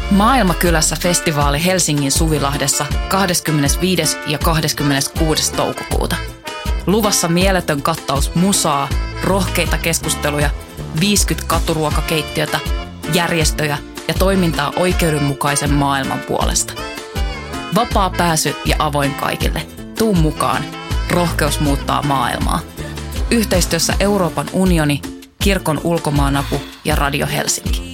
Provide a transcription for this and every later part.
Maailmakylässä festivaali Helsingin Suvilahdessa 25. ja 26. toukokuuta. Luvassa mieletön kattaus musaa, rohkeita keskusteluja, 50 katuruokakeittiötä, järjestöjä ja toimintaa oikeudenmukaisen maailman puolesta. Vapaa pääsy ja avoin kaikille. Tuu mukaan. Rohkeus muuttaa maailmaa. Yhteistyössä Euroopan unioni, Kirkon ulkomaanapu ja Radio Helsinki.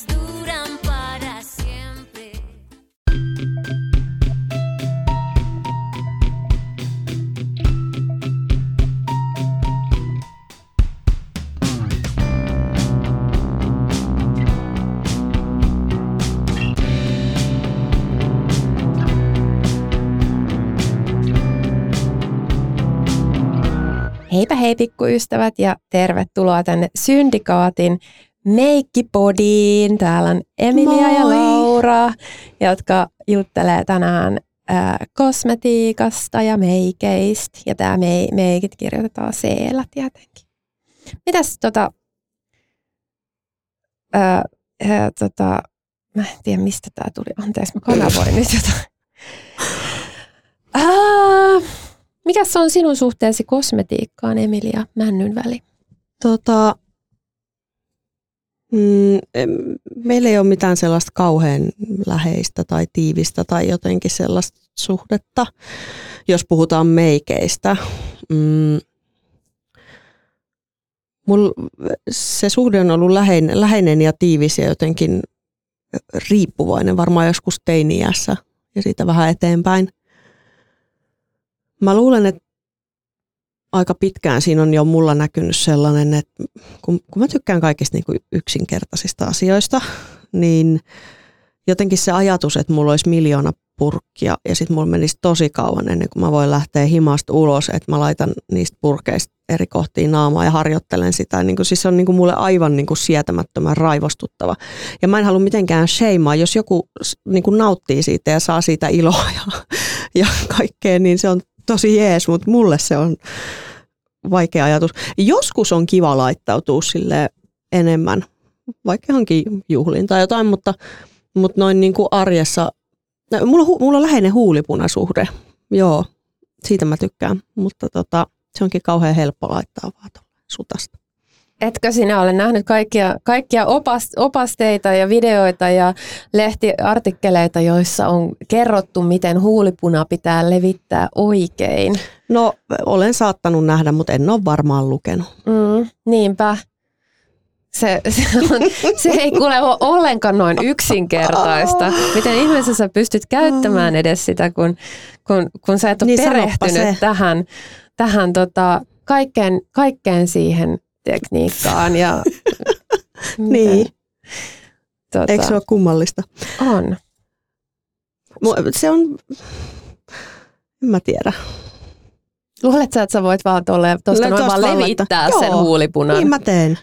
Heipä hei pikkuystävät ja tervetuloa tänne Syndikaatin Meikkipodiin. Täällä on Emilia ja Laura, jotka juttelee tänään kosmetiikasta ja meikeistä. Ja tää meikit kirjoitetaan C-llä tietenkin. Mitäs mä en tiedä mistä tää tuli. Anteeksi, mä kanavoin nyt jotain. Mikäs on sinun suhteesi kosmetiikkaan, Emilia Männynväli? Meillä ei ole mitään sellaista kauhean läheistä tai tiivistä tai jotenkin sellaista suhdetta, jos puhutaan meikeistä. Se suhde on ollut läheinen ja tiivis ja jotenkin riippuvainen varmaan joskus teini-iässä ja siitä vähän eteenpäin. Mä luulen, että aika pitkään siinä on jo mulla näkynyt sellainen, että kun mä tykkään kaikista niin kuin yksinkertaisista asioista, niin jotenkin se ajatus, että mulla olisi 1,000,000 purkkia ja sitten mulla menisi tosi kauan ennen kuin mä voin lähteä himasta ulos, että mä laitan niistä purkeista eri kohtiin naamaa ja harjoittelen sitä. Niin kuin, siis se on niin kuin mulle aivan niin kuin sietämättömän raivostuttava. Ja mä en halua mitenkään shameaa, jos joku niin kuin nauttii siitä ja saa siitä iloa ja kaikkea, niin se on tosi jees, mutta mulle se on vaikea ajatus. Joskus on kiva laittautua sille enemmän, vaikka johonkin juhliin tai jotain, mutta noin niin kuin arjessa, mulla on läheinen huulipunasuhde, joo, siitä mä tykkään, mutta se onkin kauhean helppo laittaa vaan sutasta. Etkö sinä ole nähnyt kaikkia opasteita ja videoita ja lehtiartikkeleita, joissa on kerrottu, miten huulipuna pitää levittää oikein? No, olen saattanut nähdä, mutta en ole varmaan lukenut. Niinpä. Se ei kuule ole ollenkaan noin yksinkertaista. Miten ihmeessä sä pystyt käyttämään edes sitä, kun sä et ole niin perehtynyt tähän kaikkeen siihen tekniikkaan. Ja niin. Eikö se ole kummallista? On. Se on, en mä tiedä. Luulet sä, että sä voit vaan tuosta noin vaan levittää sen huulipunan? Niin mä teen.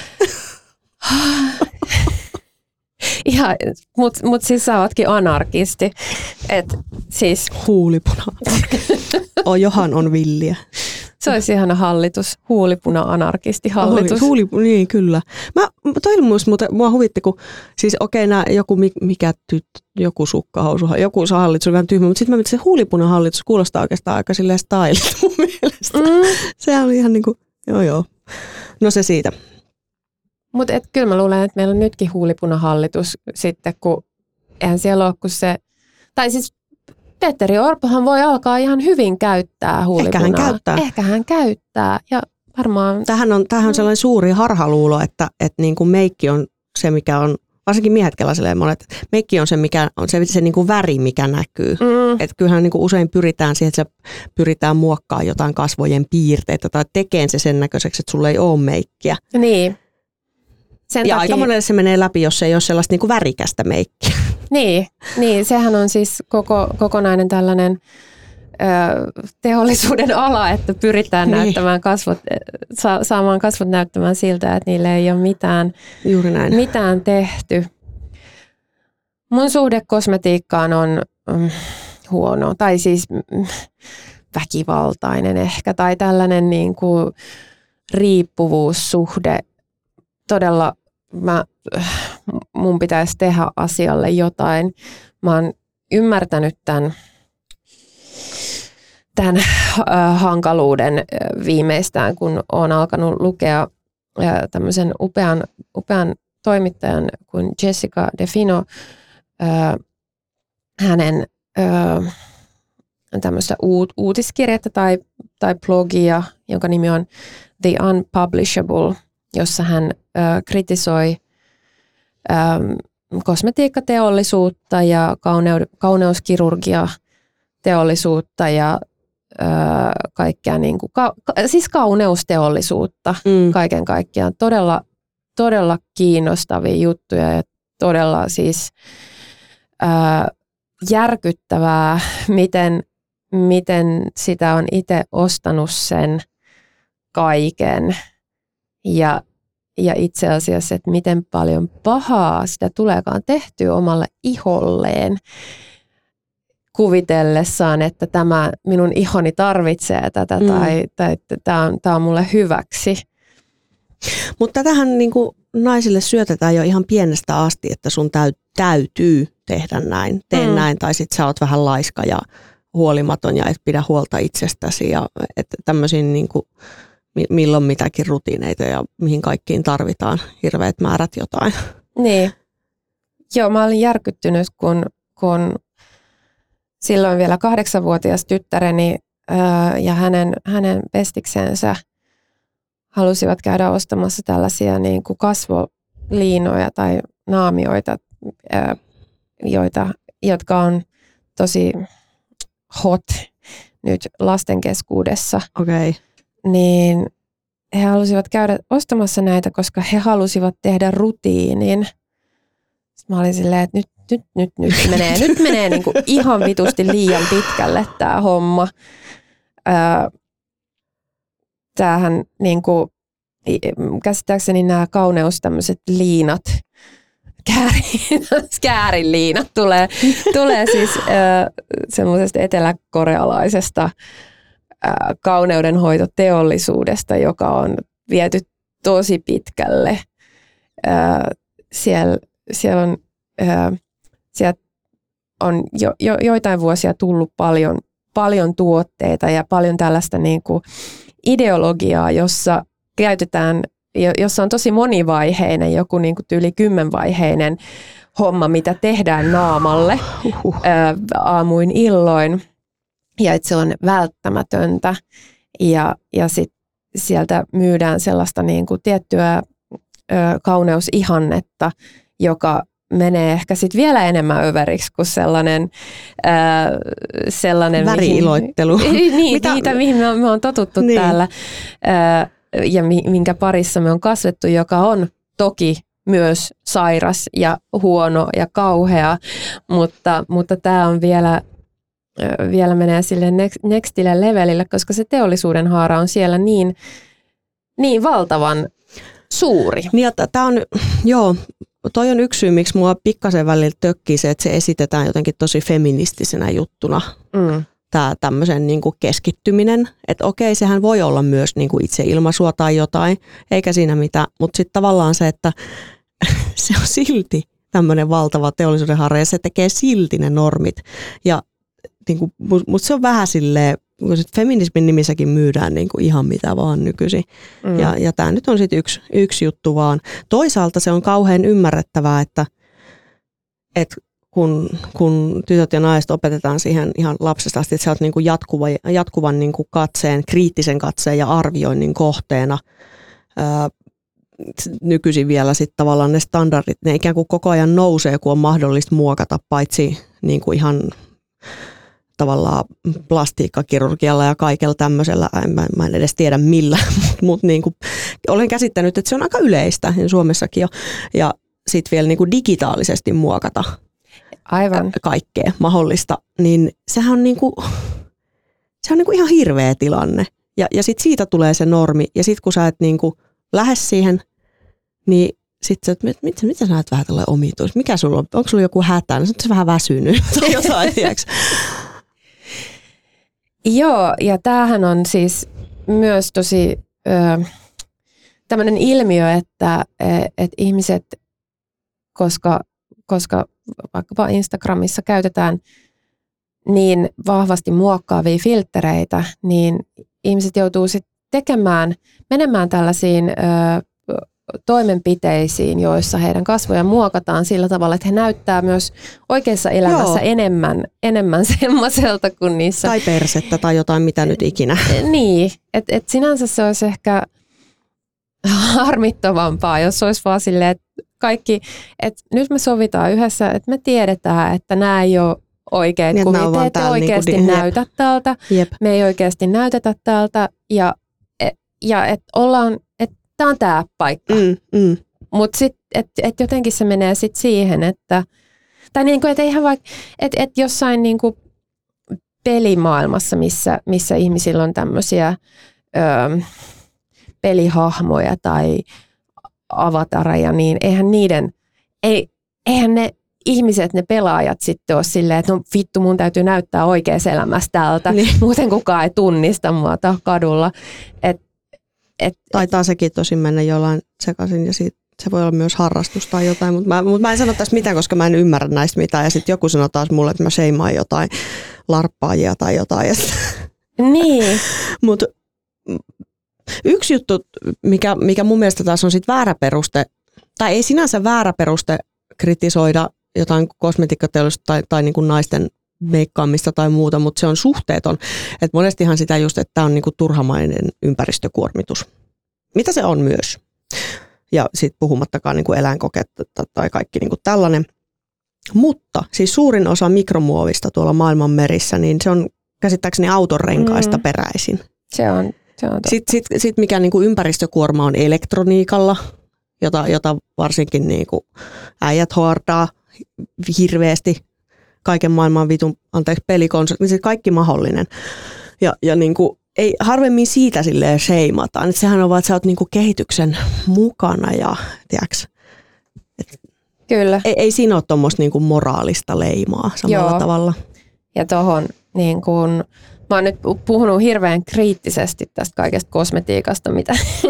Mut siis sä ootkin anarkisti. Siis huulipuna. Johan on villiä. Se olisi ihana hallitus. Huulipuna-anarkisti hallitus. Niin, kyllä. Toi muuten, mua huvitti, kun siis joku sukkahousu, joku hallitus on vähän tyhmä, mutta sitten mä mietin, se huulipuna-hallitus kuulostaa oikeastaan aika silleen stylilta mun mielestä. Se oli ihan niinku, joo. No se siitä. Mutta kyllä mä luulen, että meillä on nytkin huulipunahallitus sitten, kun eihän siellä ole, kun se, tai siis Petteri Orpohan voi alkaa ihan hyvin käyttää huulipunaa. Ehkä hän käyttää. Ja varmaan. Tämähän on sellainen suuri harhaluulo, että niin kuin meikki on se, mikä on, varsinkin miehet kelaiselee monet, meikki on se, mikä on se niin kuin väri, mikä näkyy. Että kyllähän niin kuin usein pyritään siihen, että pyritään muokkaamaan jotain kasvojen piirteitä tai tekemään se sen näköiseksi, että sulla ei ole meikkiä. Niin. Ja aika monelle se menee läpi, jos ei ole sellaista niin kuin värikästä meikkiä. Niin, sehän on siis kokonainen tällainen teollisuuden ala, että pyritään näyttämään kasvot, saamaan kasvot näyttämään siltä, että niille ei ole mitään tehty. Mun suhde kosmetiikkaan on huono, tai siis väkivaltainen ehkä, tai tällainen niin kuin riippuvuussuhde. Todella mä mun pitäisi tehdä asialle jotain. Mä oon ymmärtänyt tämän hankaluuden viimeistään, kun oon alkanut lukea tämmöisen upean toimittajan kuin Jessica DeFino, hänen tämmöistä uutiskirjettä tai blogia, jonka nimi on The Unpublishable, jossa hän kritisoi kosmetiikkateollisuutta ja kauneuskirurgiateollisuutta ja kaikkea niin kuin, siis kauneusteollisuutta kaiken kaikkiaan. Todella kiinnostavia juttuja ja todella siis järkyttävää, miten sitä on itse ostanut sen kaiken ja itse asiassa, että miten paljon pahaa sitä tuleekaan tehtyä omalle iholleen kuvitellessaan, että tämä minun ihoni tarvitsee tätä tai tämä on mulle hyväksi. Mutta tätähän niin kuin naisille syötetään jo ihan pienestä asti, että sun täytyy tehdä näin, tee näin, tai sit sä oot vähän laiska ja huolimaton ja et pidä huolta itsestäsi ja että tämmöisiä niin kuin milloin mitäkin rutiineita ja mihin kaikkiin tarvitaan hirveät määrät jotain. Niin. Joo, mä olin järkyttynyt, kun silloin vielä 8-vuotias tyttäreni ja hänen pestiksensä halusivat käydä ostamassa tällaisia niin kuin kasvoliinoja tai naamioita, jotka on tosi hot nyt lasten keskuudessa. Okay. Niin he halusivat käydä ostamassa näitä, koska he halusivat tehdä rutiinin. Sitten mä olin silleen, että nyt menee niin kuin ihan vitusti liian pitkälle tämä homma. Tämähän niin kuin, käsittääkseni nämä kauneus tämmöiset liinat, käärinliinat tulee siis semmoisesta eteläkorealaisesta kauneudenhoitoteollisuudesta, joka on viety tosi pitkälle. Siellä on joitain vuosia tullut paljon tuotteita ja paljon tällaista niin kuin ideologiaa, jossa on tosi monivaiheinen, joku niin kuin tyyli 10-vaiheinen homma, mitä tehdään naamalle aamuin illoin. Ja että se on välttämätöntä ja sit sieltä myydään sellaista niin kuin tiettyä kauneusihannetta, joka menee ehkä sit vielä enemmän överiksi kuin sellainen väri-iloittelu. Niitä, mihin me on totuttu täällä ja minkä parissa me on kasvettu, joka on toki myös sairas ja huono ja kauhea, mutta tämä on vielä menee sille nextille levelille, koska se teollisuuden haara on siellä niin valtavan suuri. Niin, toi on yksi syy, miksi mua pikkasen välillä tökkii se, että se esitetään jotenkin tosi feministisenä juttuna. Tämä tämmöisen niin kuin keskittyminen, että okei, sehän voi olla myös niin kuin itseilmaisua tai jotain, eikä siinä mitään, mutta sitten tavallaan se, että se on silti tämmöinen valtava teollisuuden haara ja se tekee silti ne normit. Ja niin kuin, mutta se on vähän silleen, kun feminismin nimissäkin myydään niin kuin ihan mitä vaan nykyisin. Ja tämä nyt on sitten yksi juttu vaan. Toisaalta se on kauhean ymmärrettävää, että kun tytöt ja naiset opetetaan siihen ihan lapsesta asti, että sä oot niin kuin jatkuvan niin kuin katseen, kriittisen katseen ja arvioinnin kohteena. Nykyisin vielä sitten tavallaan ne standardit, ne ikään kuin koko ajan nousee, kun on mahdollista muokata, paitsi niin kuin ihan tavallaan plastiikkakirurgialla ja kaikella tämmöisellä, mä en edes tiedä millä, mutta niin kuin, olen käsittänyt, että se on aika yleistä Suomessakin jo, ja sitten vielä niin kuin digitaalisesti muokata aivan kaikkea mahdollista, niin sehän on niin kuin ihan hirveä tilanne, ja sitten siitä tulee se normi, ja sitten kun sä et niin kuin lähde siihen, niin sitten sä, mitä sä näet vähän tällainen omituus, mikä sulla on, onko sulla joku hätä, no sä vähän väsynyt tai jotain, tiedätkö? Joo, ja tämähän on siis myös tosi tämmöinen ilmiö, että ihmiset koska vaikkapa Instagramissa käytetään niin vahvasti muokkaavia filtreitä, niin ihmiset joutuu sitten menemään tällaisiin toimenpiteisiin, joissa heidän kasvojaan muokataan sillä tavalla, että he näyttää myös oikeassa elämässä enemmän semmoiselta kuin niissä. Tai persettä tai jotain, mitä nyt ikinä. Niin, että sinänsä se olisi ehkä harmittavampaa, jos olisi vaan silleen, että että nyt me sovitaan yhdessä, että me tiedetään, että nämä ei ole oikein, kun me ette oikeasti näytä tältä, me ei oikeasti näytetä tältä ja että ollaan, että tämä on tämä paikka. Mutta sitten, että jotenkin se menee sitten siihen, että tai niinku, että eihän vaikka, että jossain niinku pelimaailmassa, missä ihmisillä on tämmöisiä pelihahmoja tai avatareja, niin eihän ne ihmiset, ne pelaajat sitten ole silleen, että no vittu, mun täytyy näyttää oikeassa elämässä tältä, muuten kukaan ei tunnista mua kadulla. Taitaa sekin tosin mennä jollain sekaisin ja se voi olla myös harrastus tai jotain, mutta mä en sano tässä mitään, koska mä en ymmärrä näistä mitään ja sitten joku sanoo taas mulle, että mä sheimaan jotain larppaajia tai jotain. Niin. Mutta yksi juttu, mikä mun mielestä taas on sit väärä peruste, tai ei sinänsä väärä peruste kritisoida jotain kosmetiikkateollisuutta tai niin kuin naisten meikkaamista tai muuta, mutta se on suhteeton. Et monestihan sitä just, että tämä on niin kuin turhamainen ympäristökuormitus. Mitä se on myös? Ja sitten puhumattakaan niin kuin eläinkokeet tai kaikki niin kuin tällainen. Mutta siis suurin osa mikromuovista tuolla maailman merissä, niin se on käsittääkseni autonrenkaista peräisin. Se on Sitten mikä niin kuin ympäristökuorma on elektroniikalla, jota varsinkin niin kuin äijät hoardaa hirveästi, kaiken maailman pelikonsolit, siis kaikki mahdollinen. Ja niin kuin, ei harvemmin siitä silleen sheimataan. Sehän on vaan, että sä oot niin kuin kehityksen mukana ja tiiäks, kyllä. Ei siinä ole tuommoista niin kuin moraalista leimaa samalla tavalla. Ja tohon niin kuin mä oon nyt puhunut hirveän kriittisesti tästä kaikesta kosmetiikasta, mitä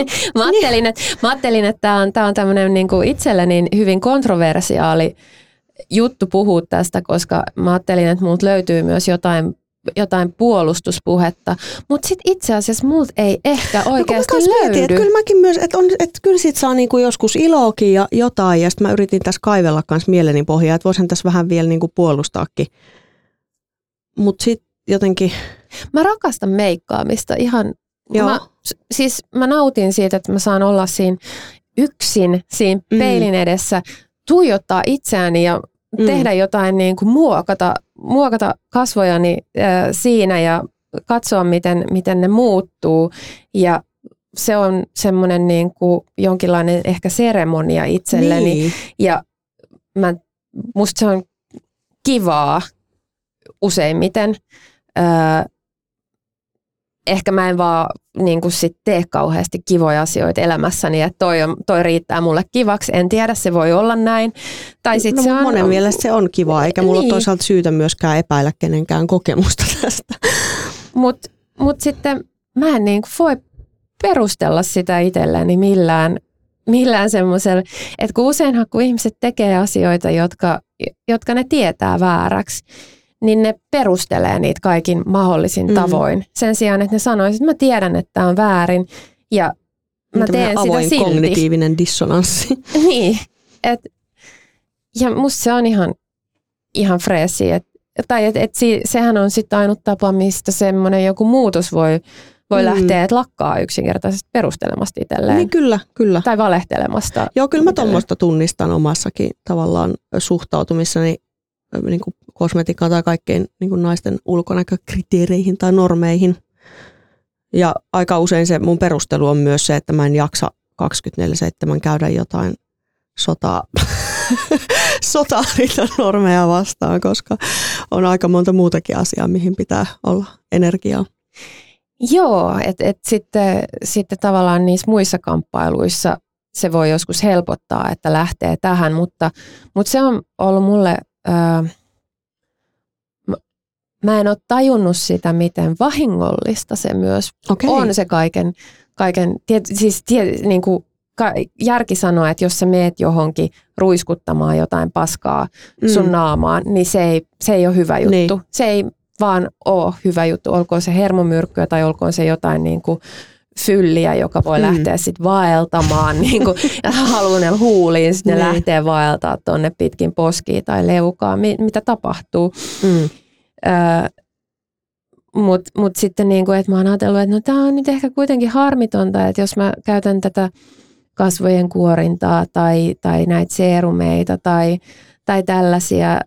mä ajattelin, että tämä on tämmöinen niin kuin itselleni hyvin kontroversiaali juttu puhua tästä, koska mä ajattelin, että multa löytyy myös jotain puolustuspuhetta, mutta sitten itse asiassa multa ei ehkä oikeasti löydy. Että kyllä mäkin myös, että kyllä siitä saa niinku joskus iloakin ja jotain, ja sitten mä yritin tässä kaivella myös mieleni pohjaa, että voisin tässä vähän vielä niinku puolustaakin. Mutta sitten jotenkin mä rakastan meikkaamista ihan. Mä nautin siitä, että mä saan olla siinä yksin siinä peilin edessä, tuijottaa itseäni ja tehdä jotain niin kuin muokata kasvojani siinä ja katsoa, miten ne muuttuu. Ja se on semmoinen niin kuin jonkinlainen ehkä seremonia itselleni. Niin. Ja musta se on kivaa useimmiten. Ehkä mä en vaan niin kuin sit tee kauheasti kivoja asioita elämässäni, että toi riittää mulle kivaksi. En tiedä, se voi olla näin. Tai sit se on, monen mielestä se on kivaa, eikä mulla ole toisaalta syytä myöskään epäillä kenenkään kokemusta tästä. Mut sitten mä en niin kuin voi perustella sitä itselleni millään semmoisella, että kun useinhan kun ihmiset tekee asioita, jotka ne tietää vääräksi, niin ne perustelee niitä kaikin mahdollisin tavoin. Sen sijaan, että ne sanoisivat, että mä tiedän, että tämä on väärin ja mä teen sitä avoin silti. Kognitiivinen dissonanssi. Niin. Ja musta se on ihan freesiä. Sehän on sitten ainut tapa, mistä semmoinen joku muutos voi lähteä, että lakkaa yksinkertaisesti perustelemasta itselleen. Niin kyllä. Tai valehtelemasta. Joo, kyllä mä tuommoista tunnistan omassakin tavallaan suhtautumissani niin kuin kosmetiikkaan tai kaikkein niin kuin naisten ulkonäkökriteereihin tai normeihin. Ja aika usein se mun perustelu on myös se, että mä en jaksa 24/7 käydä jotain sotaa niitä normeja vastaan, koska on aika monta muutakin asiaa, mihin pitää olla energiaa. Joo, että sitten tavallaan niissä muissa kamppailuissa se voi joskus helpottaa, että lähtee tähän, mutta se on ollut mulle, mä en ole tajunnut sitä, miten vahingollista se myös on se kaiken niin kuin järki sanoo, että jos sä meet johonkin ruiskuttamaan jotain paskaa sun naamaan, niin se ei ole hyvä juttu. Niin. Se ei vaan ole hyvä juttu, olkoon se hermomyrkkyä tai olkoon se jotain niin kuin fylliä, joka voi lähteä sitten vaeltamaan niin kuin haluunel huuliin, sitten ne lähtee vaeltaa tuonne pitkin poskiin tai leukaan, mitä tapahtuu. Mut sitten niin kuin, että mä oon ajatellut, että no tää on nyt ehkä kuitenkin harmitonta, että jos mä käytän tätä kasvojen kuorintaa tai näitä seerumeita tai tällaisia,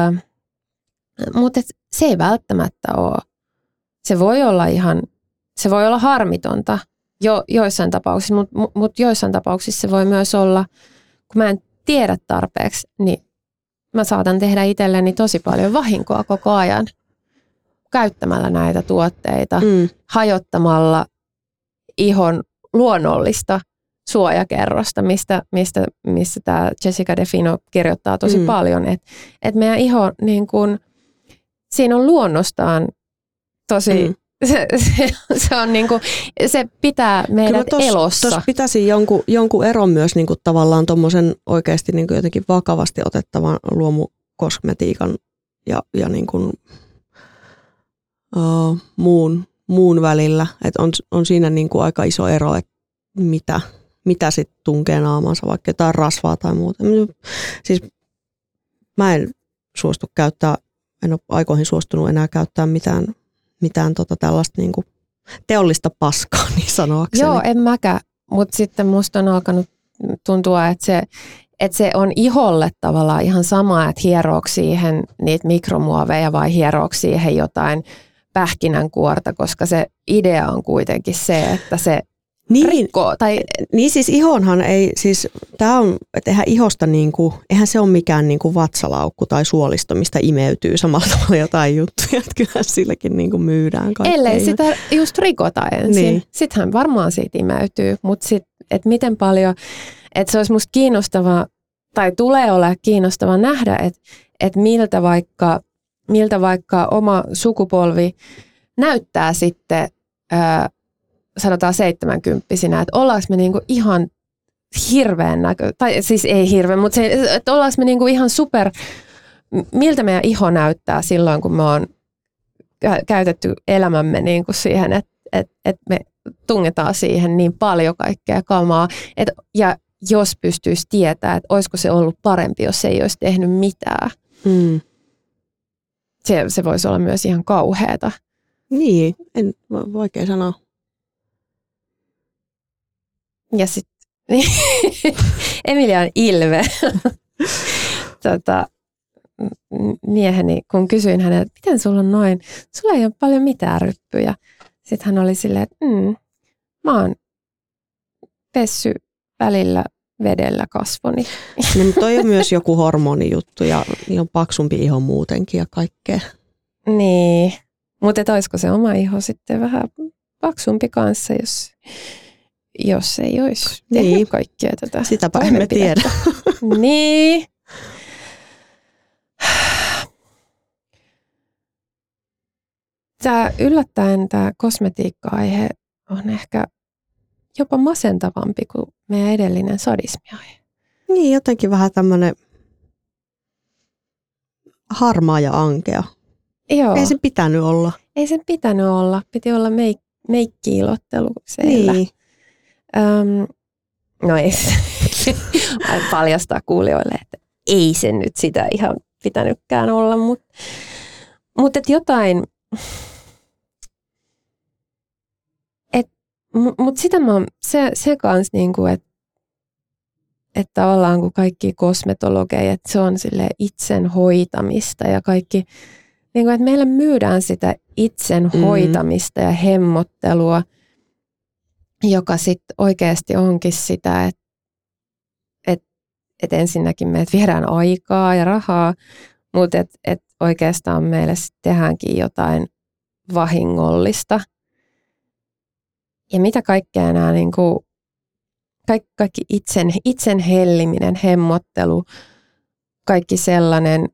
mutta se ei välttämättä ole. Se voi olla harmitonta joissain tapauksissa, mutta joissain tapauksissa se voi myös olla, kun mä en tiedä tarpeeksi, niin mä saatan tehdä itselleni tosi paljon vahinkoa koko ajan käyttämällä näitä tuotteita, hajottamalla ihon luonnollista suojakerrosta, mistä tämä Jessica DeFino kirjoittaa tosi paljon, että meidän iho, niin kun, siinä on luonnostaan tosi, se on niin kuin, se pitää meidät elossa. Tuossa pitäisi jonkun eron myös niin kuin tavallaan tuommoisen oikeasti niin kuin jotenkin vakavasti otettavan luomukosmetiikan ja niin kuin, muun välillä. Et on siinä niin kuin aika iso ero, että mitä sitten tunkee naamansa, vaikka jotain rasvaa tai muuta. Siis mä en suostu käyttää, en ole aikoihin suostunut enää käyttää mitään tällaista niin kuin teollista paskaa, niin sanoakseni. Joo, en mäkään, mutta sitten musta on alkanut tuntua, että se on iholle tavallaan ihan sama, että hierooksi siihen niitä mikromuoveja vai hierooksi siihen jotain pähkinänkuorta, koska se idea on kuitenkin se, että se rikkoo. Niin siis ihonhan ei, siis tää on, että eihän ihosta niinku, eihän se ole mikään niinku vatsalaukku tai suolisto, mistä imeytyy samalla tavalla jotain juttuja, että kyllähän silläkin niinku myydään kaikkea. Ellei sitä just rikota ensin. Niin. Sittenhän varmaan siitä imeytyy, mutta sitten, että miten paljon, että se olisi musta kiinnostavaa, tai tulee olla kiinnostavaa nähdä, että miltä vaikka oma sukupolvi näyttää sitten, sanotaan 70-vuotiaana, että ollaanko me niinku ihan hirveän tai siis ei hirveän, mutta että ollaanko me niinku ihan super, miltä meidän iho näyttää silloin, kun me on käytetty elämämme niinku siihen, että me tungetaan siihen niin paljon kaikkea kamaa, ja jos pystyisi tietää, että olisiko se ollut parempi, jos se ei olisi tehnyt mitään. Se voisi olla myös ihan kauheata. Niin, en vaikea sanoa. Ja sitten Emilia on ilve. Mieheni, kun kysyin häneltä, miten sulla on noin, sulla ei ole paljon mitään ryppyjä. Sitten hän oli silleen, että mä oon pessy välillä vedellä kasvoni. No, mutta toi on myös joku hormonijuttu ja on paksumpi iho muutenkin ja kaikkea. Niin, mutta olisiko se oma iho sitten vähän paksumpi kanssa, jos ei olisi tehnyt kaikkea tätä. Sitäpä emme tiedä. Niin. Yllättäen tämä kosmetiikka-aihe on ehkä jopa masentavampi kuin meidän edellinen sadismiaihe. Niin, jotenkin vähän tämmöinen harmaa ja ankea. Joo. Ei sen pitänyt olla. Ei sen pitänyt olla. Piti olla meikki-ilottelu siellä. Niin. No ei paljastaa kuulijoille, että ei se nyt sitä ihan pitänytkään olla, mutta jotain, mutta sitä mä oon, se kans niinku, että tavallaan kun kaikki kosmetologeja, että se on silleen itsen hoitamista ja kaikki, niinku, että meillä myydään sitä itsen hoitamista ja hemmottelua, joka sitten oikeasti onkin sitä, että ensinnäkin meidät viedään aikaa ja rahaa, mutta että oikeastaan meille sitten tehdäänkin jotain vahingollista. Ja mitä kaikkea nämä niinku, kaikki itsen helliminen, hemmottelu, kaikki sellainen,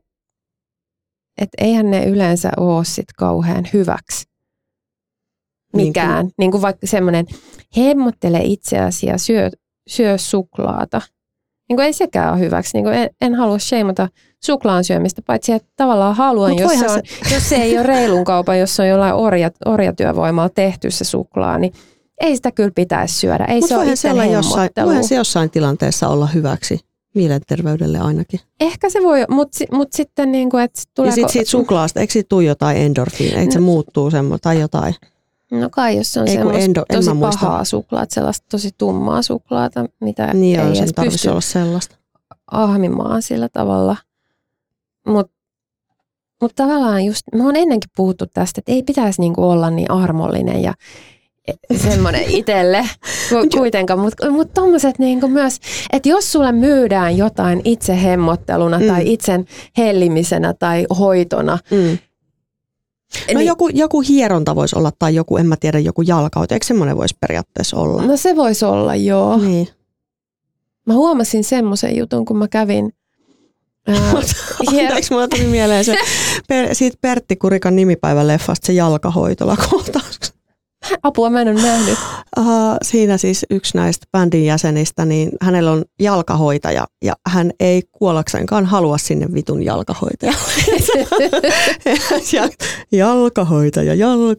että eihän ne yleensä ole sit kauhean hyväksi. mikään. Niin kuin vaikka semmoinen hemmottele itseäsi ja syö suklaata. Niin kuin ei sekään ole hyväksi. Niin kuin en halua sheimata suklaan syömistä, paitsi että tavallaan haluan, jos se ei ole reilun kaupan, jos on jollain orjatyövoimalla tehty se suklaa, niin ei sitä kyllä pitäisi syödä. Ei se ole itse hemmottelu. Voihan se jossain tilanteessa olla hyväksi mielenterveydelle ainakin. Ehkä se voi, mutta sitten niin kuin, että tuleeko... Ja sitten siitä suklaasta, eikö siitä tule jotain endorfiinia? Eikö se muuttuu semmoinen tai jotain? No kai, jos se on semmoista tosi pahaa suklaata, sellaista tosi tummaa suklaata, mitä niin ei edes pysty olla sellaista ahmimaan sillä tavalla. Mutta tavallaan just, me on ennenkin puhuttu tästä, että ei pitäisi niinku olla niin armollinen ja semmoinen itselle kuitenkaan, mutta tommoset niinku myös, että jos sulle myydään jotain itse hemmotteluna tai itsen hellimisenä tai hoitona. No niin, joku hieronta voisi olla tai joku, en mä tiedä, joku jalkautu. Eikö semmoinen voisi periaatteessa olla? No se voisi olla, joo. Niin. Mä huomasin semmoisen jutun, kun mä kävin. Anteeksi, mulla tuli mieleen se siitä Pertti Kurikan nimipäivän leffasta se jalkahoitolakohtaus. Apua, mä en ole nähnyt. Siinä siis yksi näistä bändin jäsenistä, niin hänellä on jalkahoitaja ja hän ei kuollaksenkaan halua sinne vitun jalkahoitajalle. Jalkahoitaja.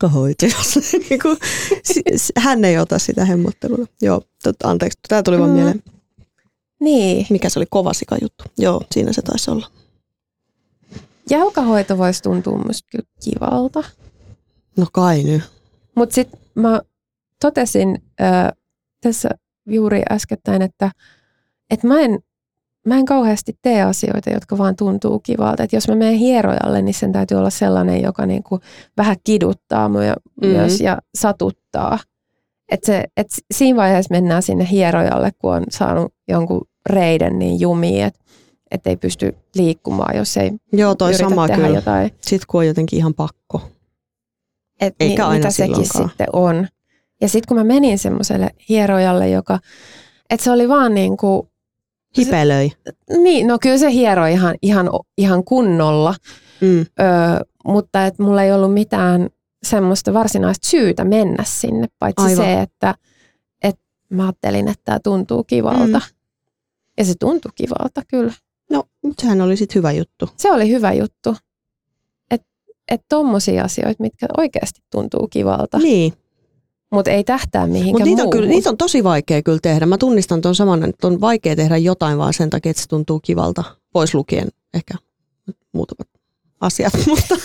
Hän ei ota sitä hemmotteluna. Joo, anteeksi, tämä tuli vaan mieleen. Niin. Mikä se oli kovasika juttu. Joo, siinä se taisi olla. Jalkahoito voisi tuntua musta kyllä kivalta. No kai nyt. Mutta sitten mä totesin tässä juuri äskettäin, että mä en kauheasti tee asioita, jotka vaan tuntuu kivalta. Et jos mä menen hierojalle, niin sen täytyy olla sellainen, joka niinku vähän kiduttaa myös ja satuttaa. Et siinä vaiheessa mennään sinne hierojalle, kun on saanut jonkun reiden niin jumiin, että ei pysty liikkumaan, jos ei yritä sama tehdä kyllä. Jotain. Sitten kun on jotenkin ihan pakko. Eikä aina mitä sekin sitten on. Ja sitten kun mä menin semmoiselle hierojalle, että se oli vaan niin kuin... Hipelöi. Niin, no kyllä se hieroi ihan kunnolla, mutta että mulla ei ollut mitään semmoista varsinaista syytä mennä sinne, paitsi aivan. Se, että mä ajattelin, että tämä tuntuu kivalta. Ja se tuntui kivalta, kyllä. No, sehän oli sitten hyvä juttu. Se oli hyvä juttu. Että tommosia asioita, mitkä oikeasti tuntuu kivalta. Niin. Mutta ei tähtää mihinkään muuhun. Niitä on tosi vaikea kyllä tehdä. Mä tunnistan tuon saman, että on vaikea tehdä jotain vaan sen takia, että se tuntuu kivalta. Pois lukien ehkä muutamat asiat, mutta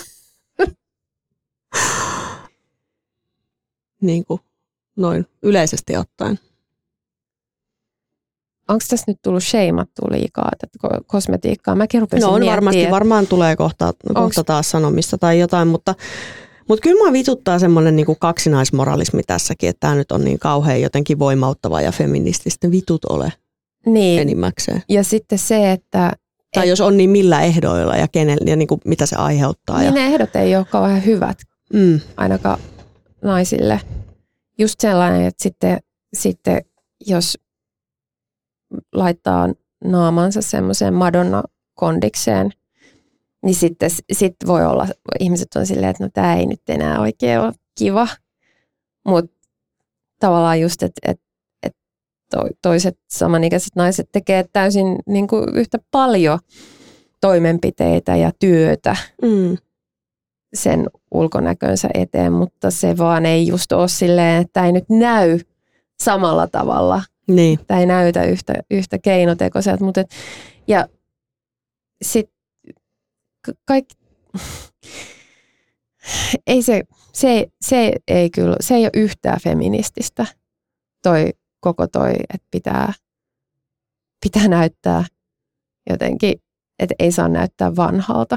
niin kuin noin yleisesti ottaen. Onko tässä nyt tullut sheimattua liikaa tätä kosmetiikkaa? Mäkin rupesin miettimään. Varmaan tulee kohta taas sanomista tai jotain, mutta kyllä mua vituttaa semmoinen niin kuin kaksinaismoralismi tässäkin, että tämä nyt on niin kauhean jotenkin voimauttava ja feminististä. Vitut ole enimmäkseen. Ja sitten se, että... Tai jos on, niin millä ehdoilla ja kenellä ja niin kuin mitä se aiheuttaa. Niin ne ehdot ei ole kauhean hyvät ainakaan naisille. Just sellainen, että sitten jos laittaa naamansa semmoiseen Madonna-kondikseen, niin sitten voi olla, ihmiset on silleen, että no tämä ei nyt enää oikein ole kiva. Mutta tavallaan just, että toiset samanikäiset naiset tekee täysin niin kuin yhtä paljon toimenpiteitä ja työtä sen ulkonäkönsä eteen, mutta se vaan ei just ole silleen, että ei nyt näy samalla tavalla. Niin. Tämä ei näytä yhtä keinotekoiselta, mutta ja sitten kaikki, ei se ei kyllä, se ei ole yhtään feminististä koko toi, että pitää näyttää jotenkin, että ei saa näyttää vanhalta.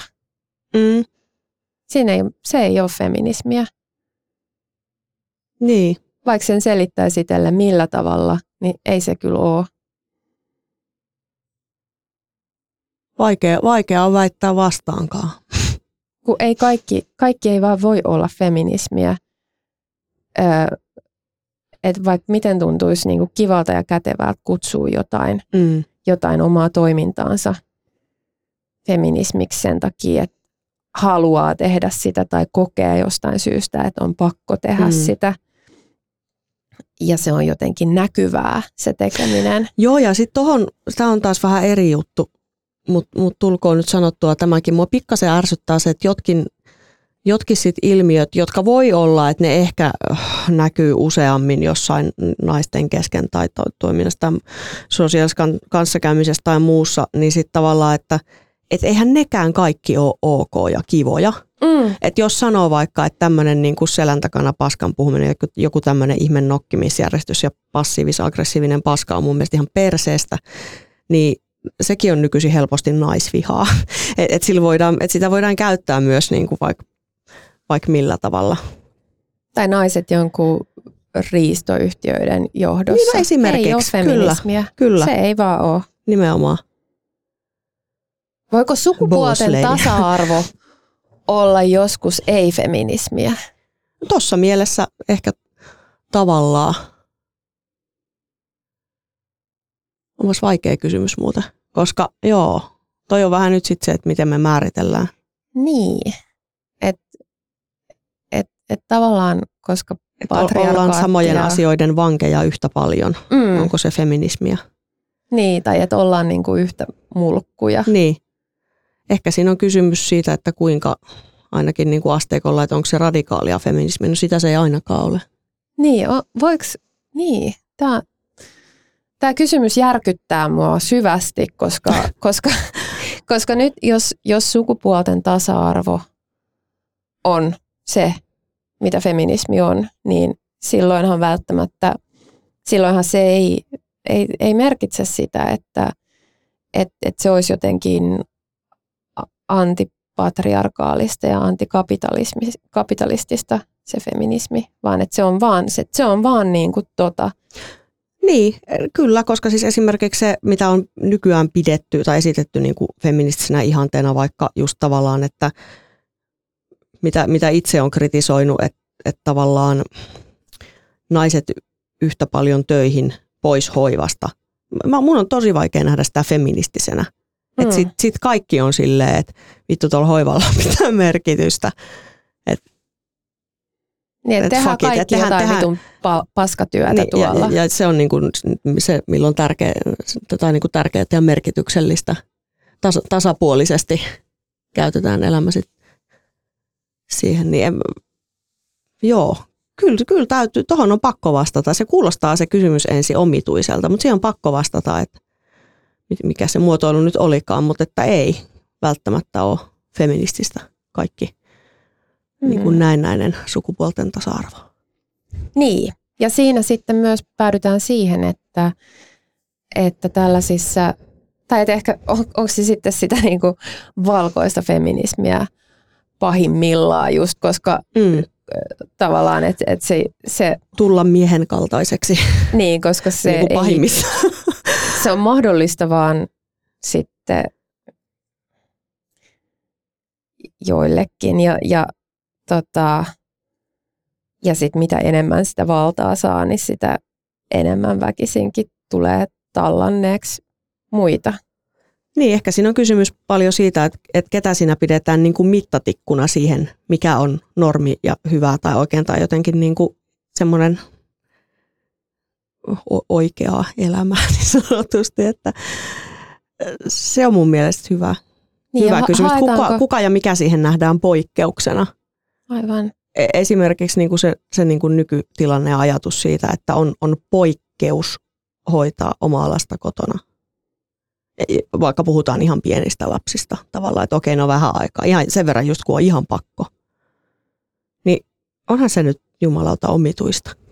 Se ei ole feminismiä. Niin. Vaikka sen selittäisi itselle millä tavalla, niin ei se kyllä ole. Vaikea on väittää vastaankaan. Kun ei kaikki ei vaan voi olla feminismiä. Että vaikka miten tuntuisi niinku kivalta ja kätevältä kutsua jotain omaa toimintaansa feminismiksi sen takia, haluaa tehdä sitä tai kokee jostain syystä, että on pakko tehdä sitä. Ja se on jotenkin näkyvää, se tekeminen. Joo, ja sitten tämä on taas vähän eri juttu, mutta tulkoon nyt sanottua tämäkin. Mua pikkasen ärsyttää se, että jotkin sit ilmiöt, jotka voi olla, että ne ehkä näkyy useammin jossain naisten kesken tai toiminnasta, sosiaalisessa kanssakäymisessä tai muussa, niin sitten tavallaan, että eihän nekään kaikki ole ok ja kivoja. Että jos sanoo vaikka, että tämmöinen niin kuin selän takana paskan puhuminen, joku tämmöinen ihme nokkimisjärjestys ja passiivis-aggressiivinen paska on mun mielestä ihan perseestä, niin sekin on nykyisin helposti naisvihaa. Että sitä voidaan käyttää myös niin kuin vaikka millä tavalla. Tai naiset jonkun riistoyhtiöiden johdossa. Niin esimerkiksi. Ei ole feminismiä. Kyllä. Se ei vaan ole. Nimenomaan. Voiko sukupuolten tasa-arvo olla joskus ei-feminismiä? Tuossa mielessä ehkä tavallaan. On myös vaikea kysymys muuten, koska toi on vähän nyt sitten se, että miten me määritellään. Niin, että tavallaan, koska ollaan samojen asioiden vankeja yhtä paljon. Onko se feminismiä? Niin, tai että ollaan niinku yhtä mulkkuja. Niin. Ehkä siinä on kysymys siitä, että kuinka ainakin niinku asteikolla, että onko se radikaalia feminismiä. No sitä se ei ainakaan ole. Niin, niin. Tämä kysymys järkyttää mua syvästi, koska nyt jos sukupuolten tasa-arvo on se, mitä feminismi on, niin silloinhan se ei merkitse sitä, että se olisi jotenkin antipatriarkaalista ja antikapitalistista se feminismi, vaan että se on vaan niin kuin Niin, kyllä, koska siis esimerkiksi se, mitä on nykyään pidetty tai esitetty niin kuin feministisenä ihanteena, vaikka just tavallaan, että mitä itse on kritisoinut, että tavallaan naiset yhtä paljon töihin pois hoivasta. Mun on tosi vaikea nähdä sitä feministisenä. Että sit kaikki on silleen, että vittu tuolla hoivalla on mitään merkitystä. Niin, että tehdään kaikki jotain vitun paskatyötä niin, tuolla. Ja se on niin kuin se, milloin tärkeää ja merkityksellistä. Tasapuolisesti käytetään elämä siihen. Niin kyllä täytyy, tuohon on pakko vastata. Se kuulostaa se kysymys ensin omituiselta, mutta siihen on pakko vastata, että mikä se muotoilu nyt olikaan, mutta että ei välttämättä ole feminististä kaikki. Niin kuin näennäinen sukupuolten tasa-arvo. Niin, ja siinä sitten myös päädytään siihen, että tällaisissa, tai että ehkä onko se sitten sitä niin kuin valkoista feminismiä pahimmillaan just, koska tavallaan, että se tulla miehen kaltaiseksi. Niin, koska se niin kuin pahimmissa. Se on mahdollista vaan sitten joillekin ja sitten mitä enemmän sitä valtaa saa, niin sitä enemmän väkisinkin tulee tallanneeksi muita. Niin, ehkä siinä on kysymys paljon siitä, että ketä siinä pidetään niin kuin mittatikkuna siihen, mikä on normi ja hyvää tai oikein tai jotenkin niin kuin semmoinen oikeaa elämää niin sanotusti, että se on mun mielestä hyvä kysymys. Kuka ja mikä siihen nähdään poikkeuksena? Aivan. Esimerkiksi niin kuin se niin kuin nykytilanne ja ajatus siitä, että on poikkeus hoitaa omaa lasta kotona. Vaikka puhutaan ihan pienistä lapsista tavallaan, että okei, no vähän aikaa. Ihan sen verran just kun on ihan pakko. Niin onhan se nyt jumalauta omituista.